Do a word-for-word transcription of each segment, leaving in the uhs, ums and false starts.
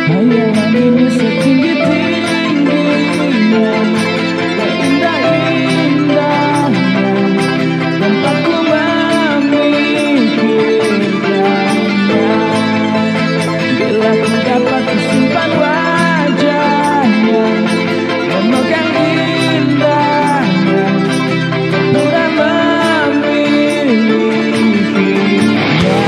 Hayalan ini setinggi-tingginya, seindah-indahnya, tempatku memikirkannya. Bila ku dapat kusimpan wajahnya, memegang indahnya, pura memilikinya.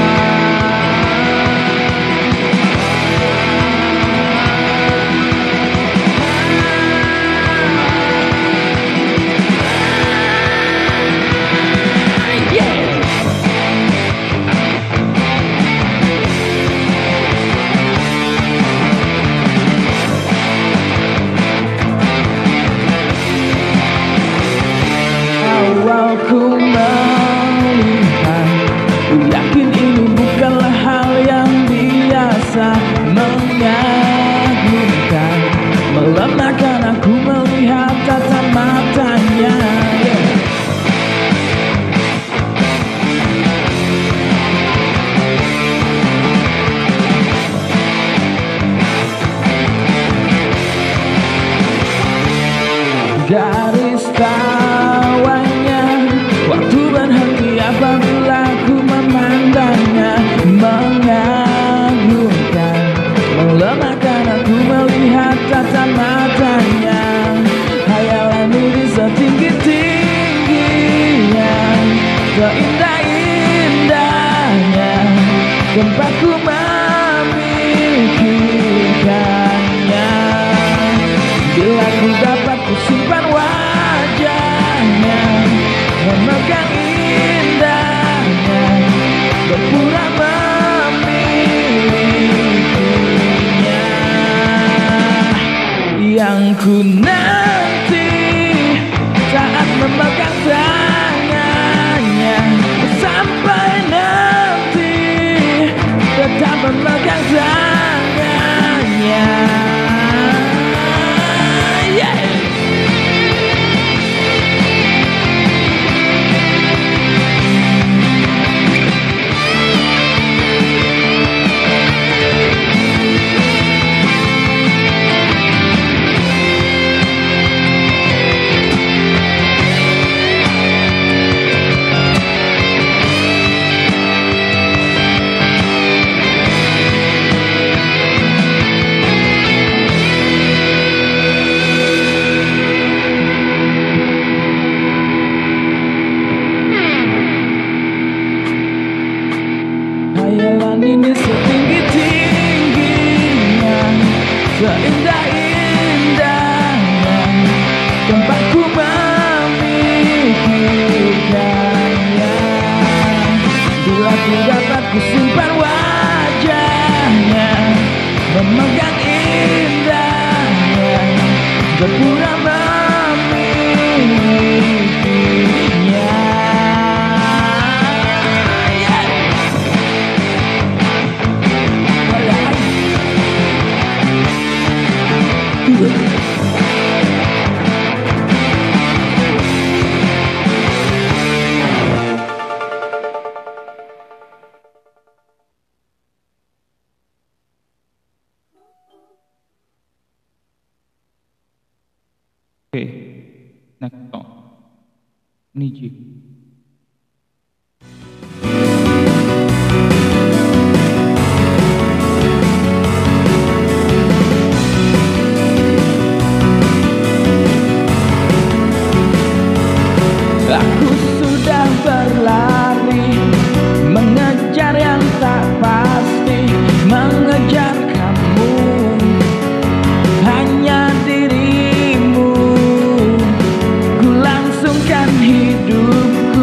Awal ku melihat, ku yakin ini bukanlah hal yang biasa. Mengagumkan, melemahkan aku melihat tatap matanya. Garis tawanya, waktu berhenti apabila ku memandangnya. Mengagumkan, melemahkan aku melihat tatap matanya. Hayalan ini setinggi-tingginya, seindah-indahnya, tempatku memikirkannya. Bila ku dapat kusimpan wajahnya, memegang indahnya, berpura memilikinya. Yang ku nanti saat memegang tangannya, sampai nanti tetap memegang tangannya. Hayalan ini setinggi-tingginya, seindah-indahnya, tempatku memikirkannya. Bila ku dapat kusimpan wajahnya, memegang indahnya, berpura memilikinya. Okay, next song. Need you. Aku sudah berlari, mengejar yang tak pasti, mengejar kamu, hanya dirimu. Ku langsungkan hidupku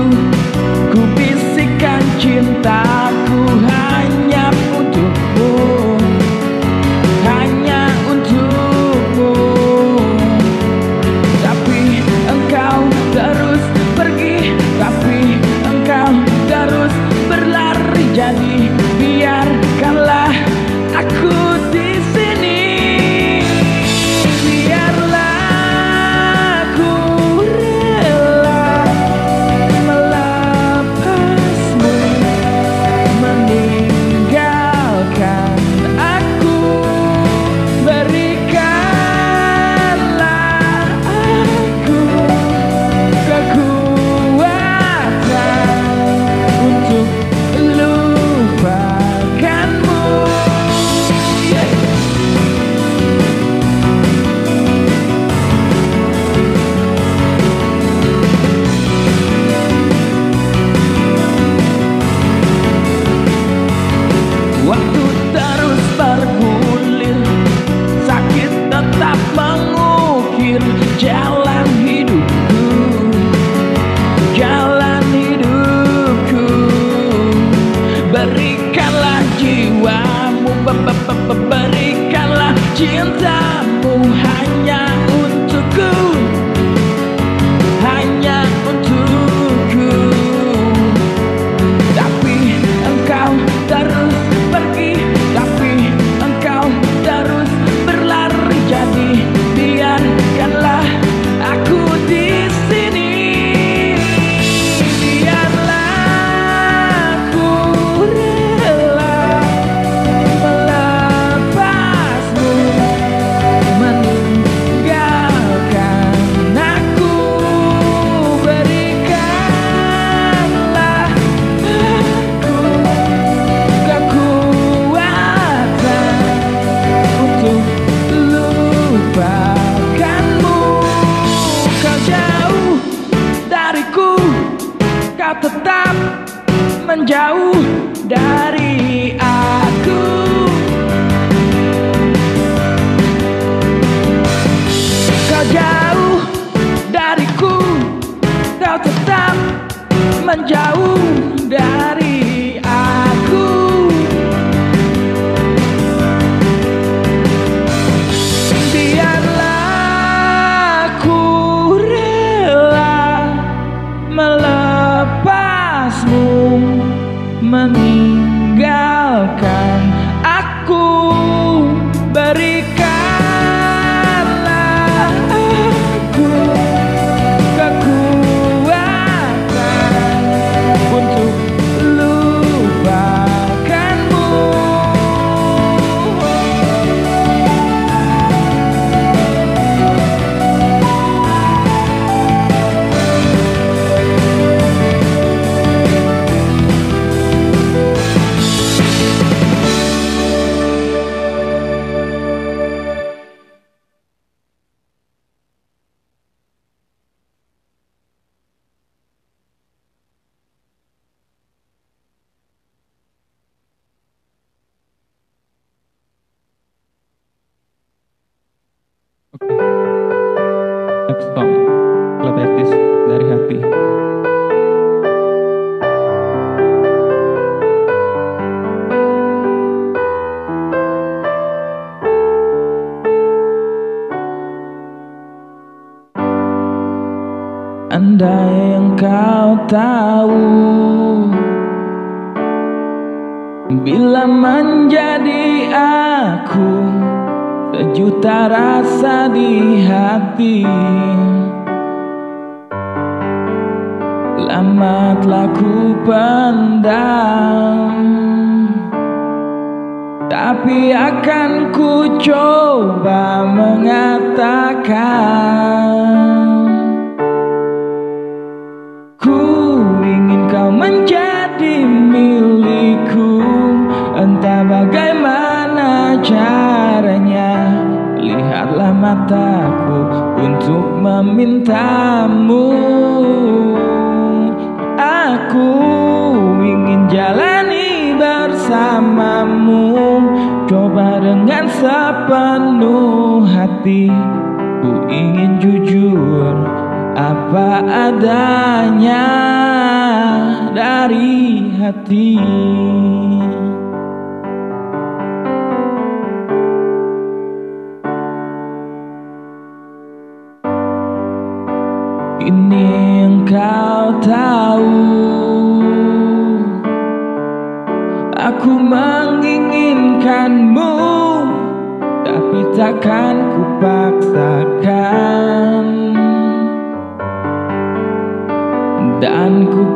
berikanlah cintamu hanya untukku, hanya untukku. Tapi engkau terus pergi, tapi engkau terus berlari. Jadi biarkanlah aku di sini. Biarlah aku rela melepasmu, meninggalkan aku. Berikanlah aku kekuatan untuk lupakanmu. Kau jauh dariku, kau tetap menjauh dari aku. Kau jauh dariku, kau tetap menjauh dari aku. Biarlah aku rela melepasmu, meninggalkan aku. Berikanlah aku kekuatan untuk lupakanmu. Oke, next song, Klebetis dari hati. Andai engkau tahu, bila menjadi aku, sejuta rasa di hati. Lama telah ku pendam, tapi akan ku coba mengatakan. Ku ingin kau menjadi milikku, entah bagaimana caranya. Lihatlah mataku untuk memintamu. Aku ingin jalani bersamamu, coba dengan sepenuh hati. Ku ingin jujur apa adanya dari hati. Ini engkau tahu, aku menginginkanmu, tapi takkan ku paksakan. Dan ku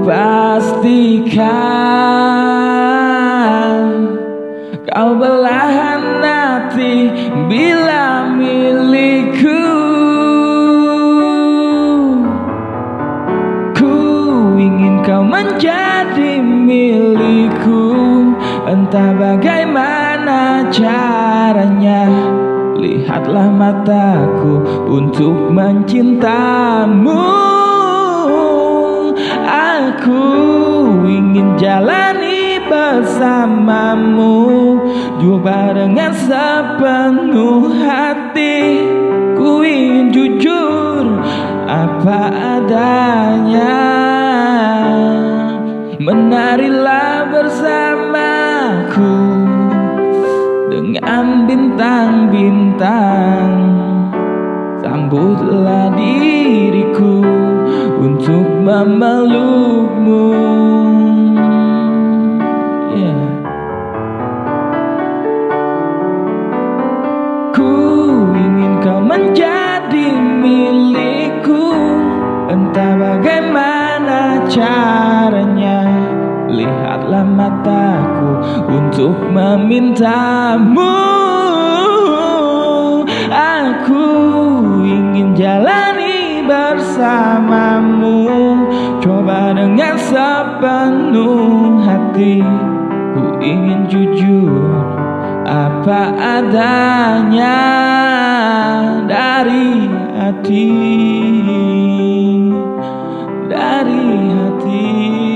pastikan kau belahan hati bila milikku. Ku ingin kau menjadi milikku, entah bagaimana caranya. Lihatlah mataku untuk mencintamu. Aku ingin jalani bersamamu, coba dengan sepenuh hati. Ku ingin jujur apa adanya. Menarilah bersamaku bintang-bintang, sambutlah diriku untuk memelukmu. Yeah. Ku ingin kau menjadi milikku, entah bagaimana caranya. Lihatlah mataku untuk memintamu. Aku ingin jalani bersamamu, coba dengan sepenuh hati. Ku ingin jujur apa adanya dari hati, dari hati.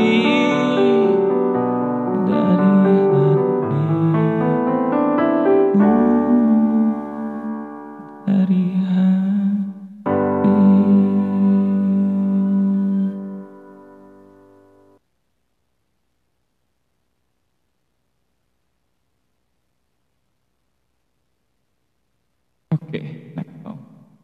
Oke, next song.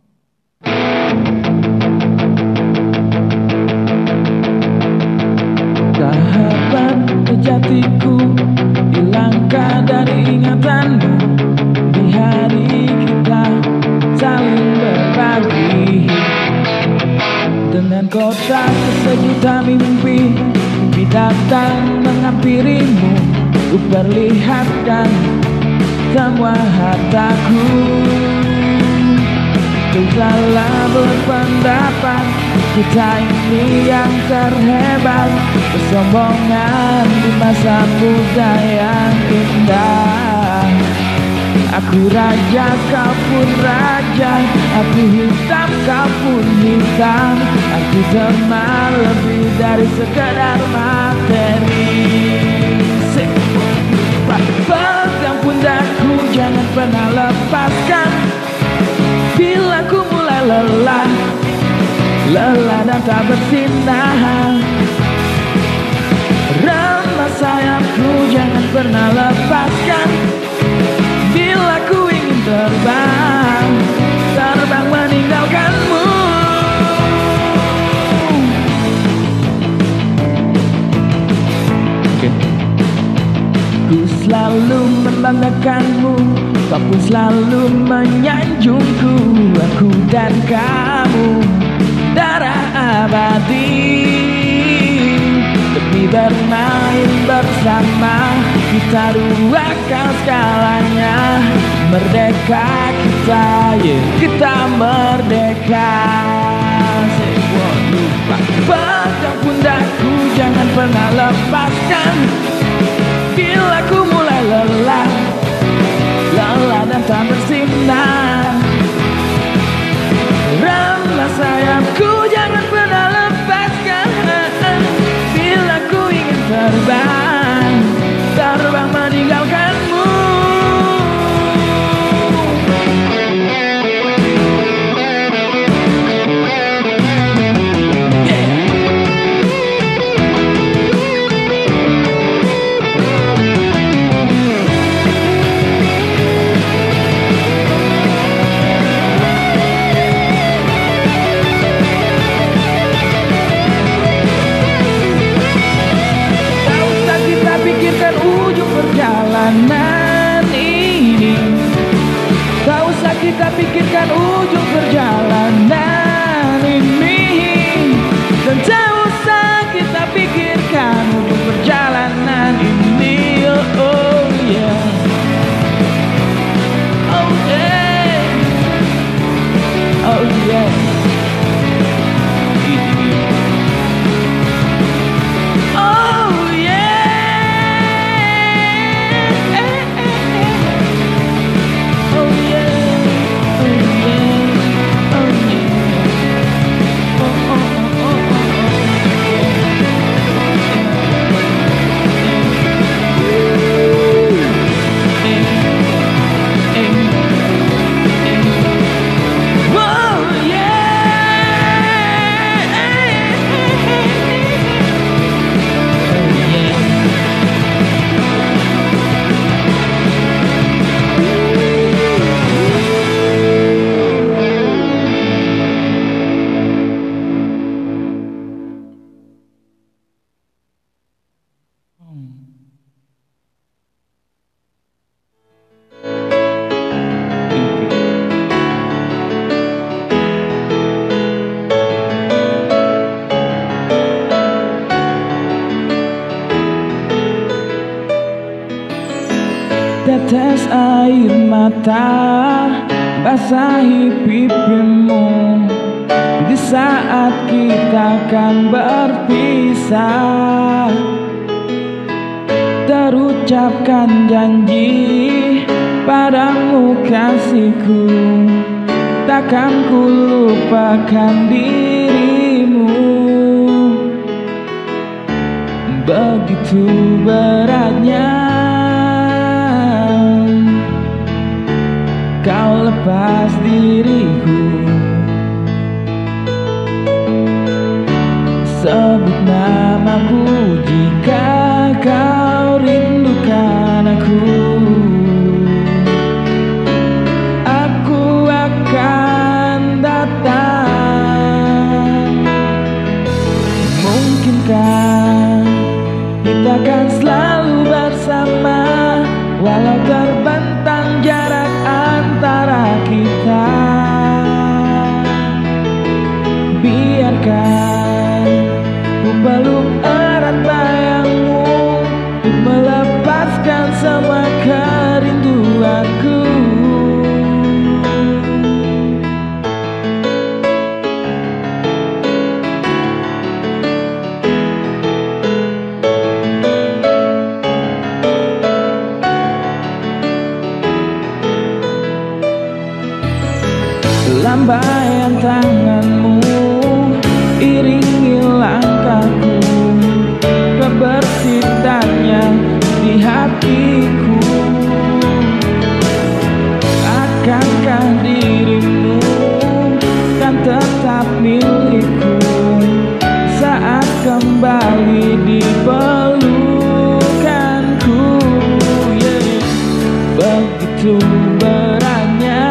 Sahabat sejatiku, hilangkan dari ingatanmu di hari kita saling berbagi. Dengan kotak sejuta mimpi, mimpi datang menghampirimu. Ku perlihatkan semua hartaku. Ku salah berpendapat, kita ini yang terhebat. Kesombongan di masa muda yang indah. Aku raja, kau pun raja. Aku hitam, kau pun hitam. Aku teman lebih dari sekedar materi. Pegang pundakku, jangan pernah lepaskan. Bila ku mulai lelah, lelah dan tak bersinar. Remah sayapku, jangan pernah lepaskan. Bila ku ingin terbang, terbang meninggalkanmu. Oke. Ku selalu membanggakanmu, kau pun selalu menyanjungku. Aku dan kamu darah abadi. Demi bermain bersama, kita duakan segalanya. Merdeka kita, yeah, kita merdeka. Pegang pundakku, jangan pernah lepaskan. Bila ku mulai lelah, lelah dan tak bersinar. Remah sayapku, jangan pernah lepaskan. Bila ku ingin terbang, terbang meninggalkanmu. Perjalanan ini, tak usah kita pikirkan ujung perjalanan ini. Dan tak usah kita pikirkan ujung perjalanan ini. Oh, oh yeah. Oh yeah. Oh yeah. Oh yeah. Tetes air mata basahi pipimu di saat kita akan berpisah. Terucapkan janji padamu kasihku, takkan ku lupakan dirimu. Begitu beratnya kau lepas diriku. Sebut namaku jika kau rindukan aku. Aku akan datang. Mungkinkah kita akan selalu bersama, walau terbentang jarak antara kita. Biarkan ku peluk erat bayangmu untuk melepaskan semua kerinduanku. Lambaian tanganmu iringi langkahku, kebersitannya di hatiku. Akankah dirimu kan tetap milikku saat kembali di pelukanku? Yeah. Begitu beratnya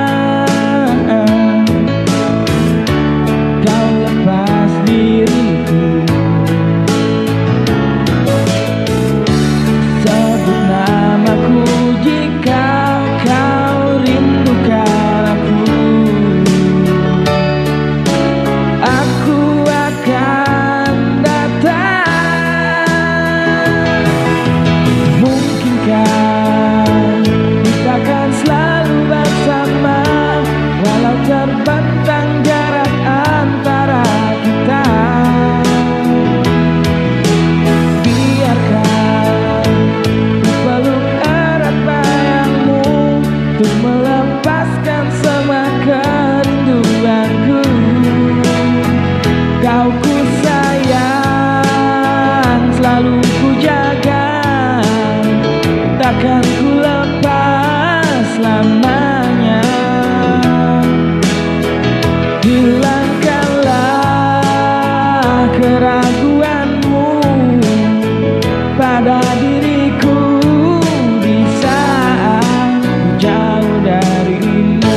terbentang jarak antara kita. Biarkan ku peluk erat bayangmu untuk melepaskan semua kerinduanku. Kau ku sayang, selalu ku jaga, takkan ku lepas selamanya. Hilangkanlah keraguanmu pada diriku di saat ku jauh darimu.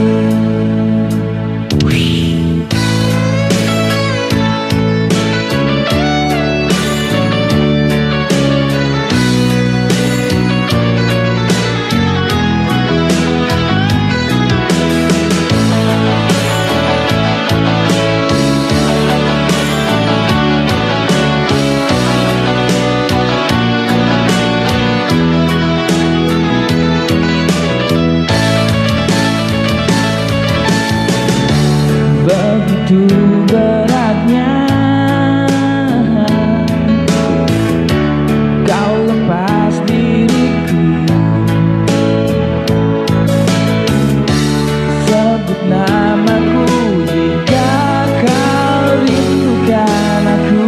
Begitu beratnya kau lepas diriku. Sebut namaku jika kau rindukan aku.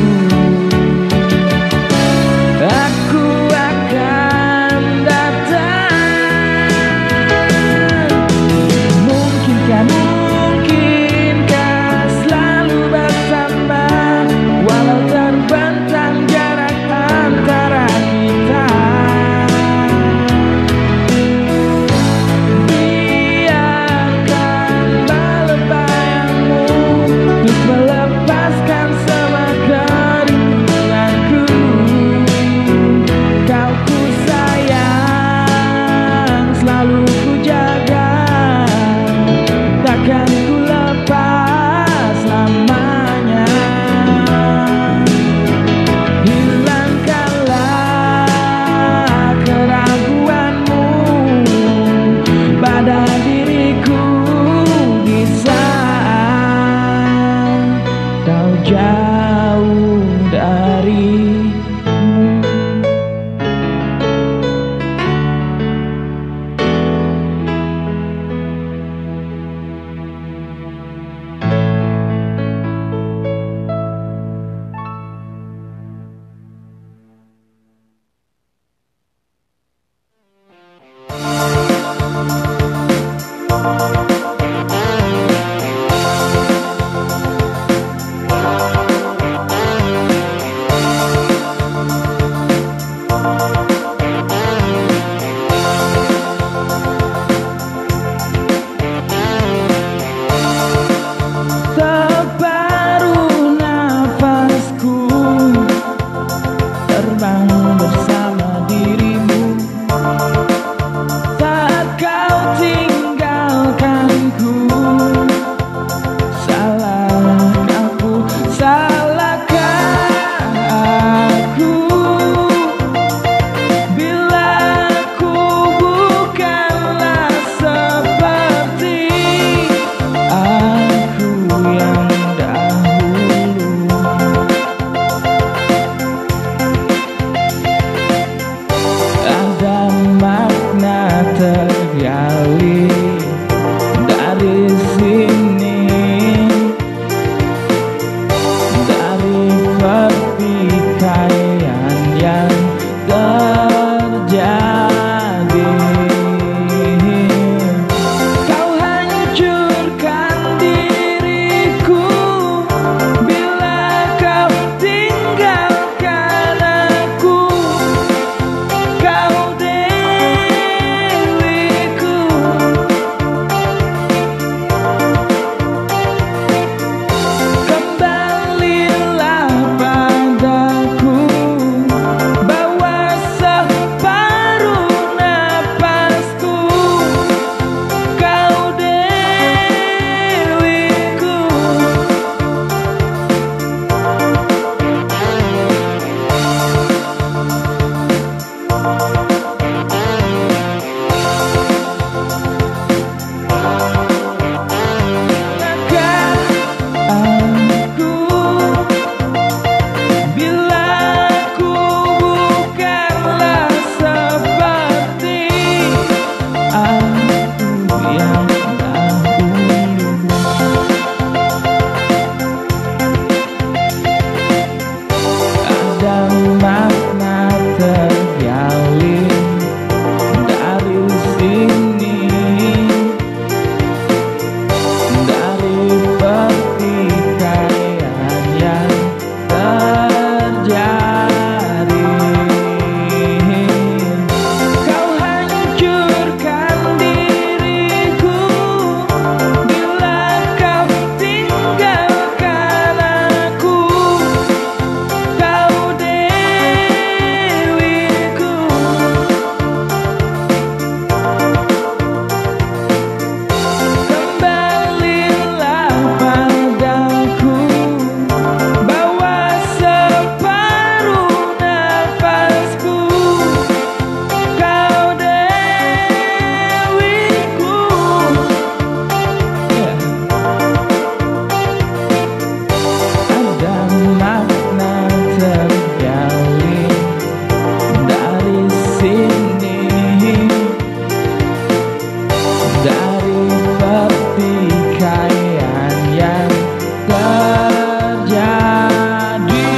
Aku akan datang. Mungkinkah mungkin tergali dari sini, dari pertikaian yang terjadi. Kau hancurkan diriku bila kau tinggalkan aku. Kau dewiku, kembalilah padaku, bawa separuh napasku. Kau dewiku, maka aku bila aku bukanlah seperti aku yang dahulu. Ada makna tergali dari sini, dari pertikaian yang terjadi. Kau hancurkan diriku bila kau tinggalkan aku. Kau dewiku, kembalilah padaku, bawa separuh nafasku. Kau dewiku, ada makna tergali dari sini, dari pertikaian yang terjadi.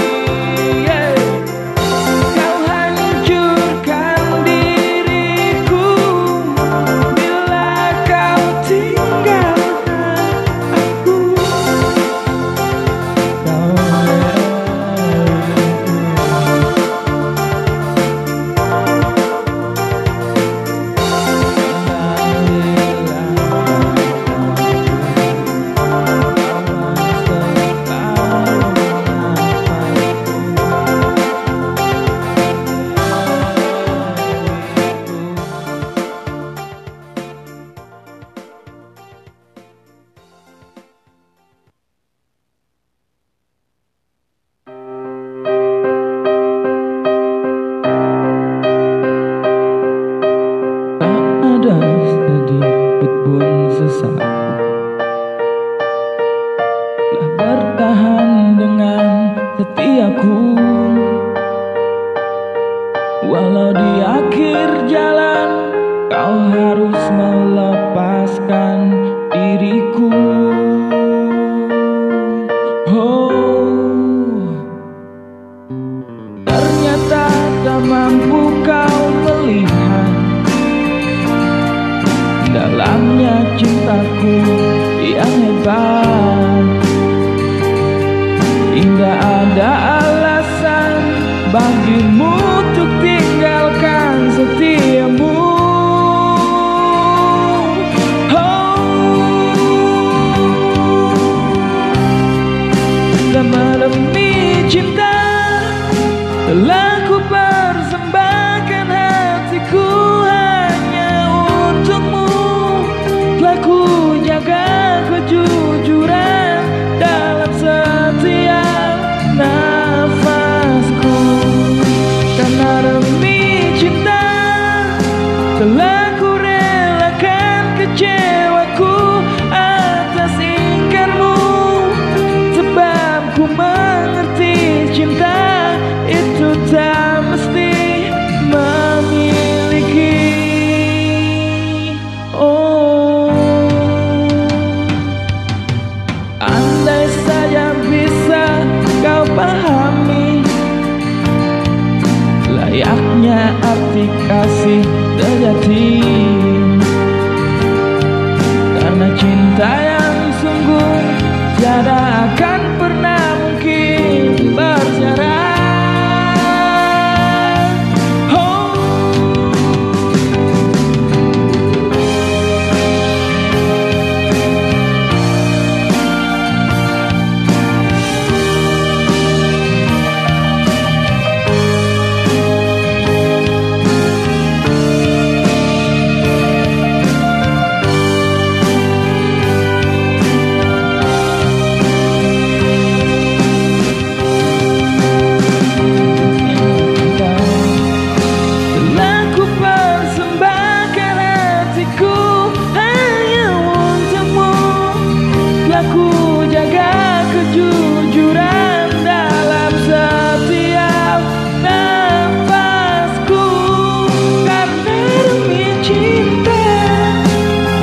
Kau hancurkan diriku bila kau tinggalkan aku. Kau tak ada sedikit pun sesak, telah bertahan dengan setiaku. Walau di akhir jalan kau harus melepaskan diriku. Oh, ternyata tak mampu kau melihat dalamnya cintaku yang hebat, hingga ada alasan bagimu untuk tinggalkan setiamu. Oh, lama demi cinta telah ku persembahkan hatiku hanya untukmu. Telah ku jaga kejujuran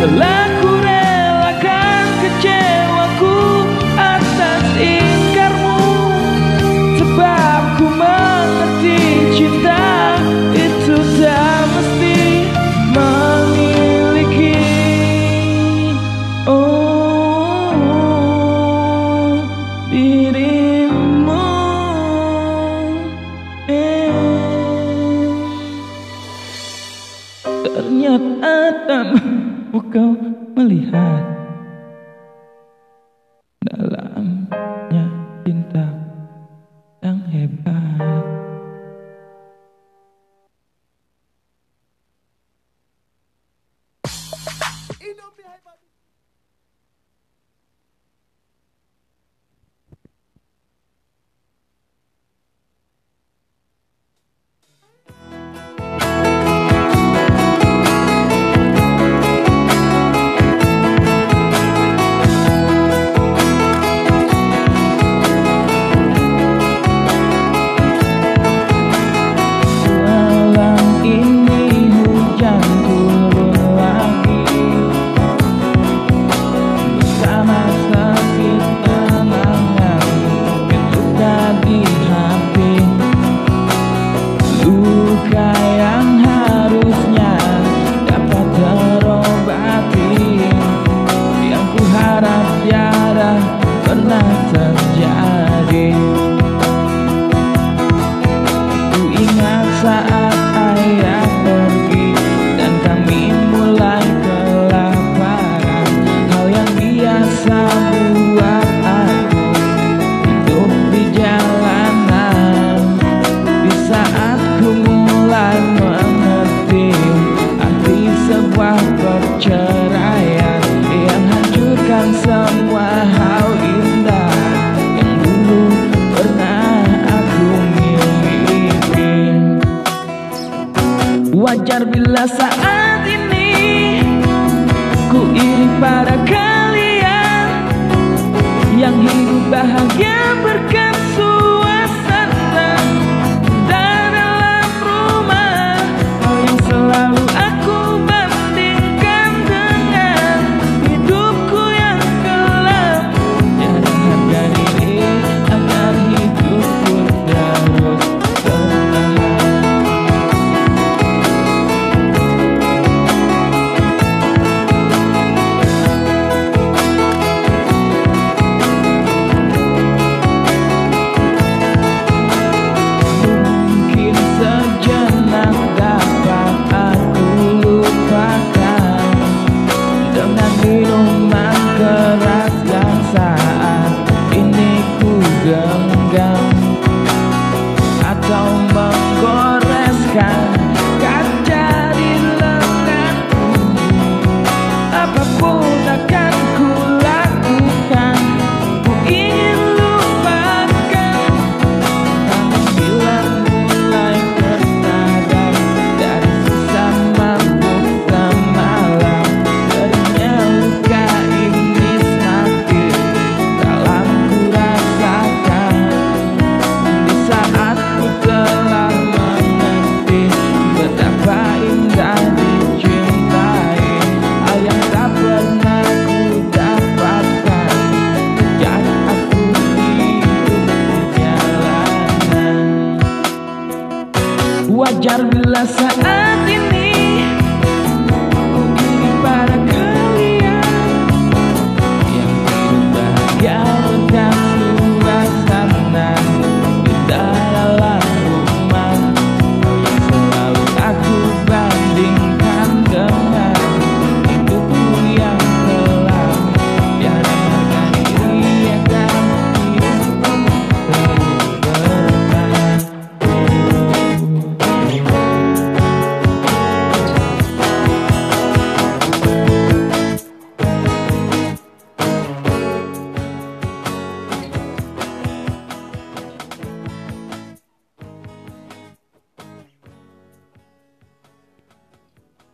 Telah ku relakan kecewaku atas ingkarmu, sebab ku mengerti cinta itu tak mesti memiliki. Oh, dirimu eh. Ternyata kau melihat dalamnya cinta yang hebat. Wajar bila saat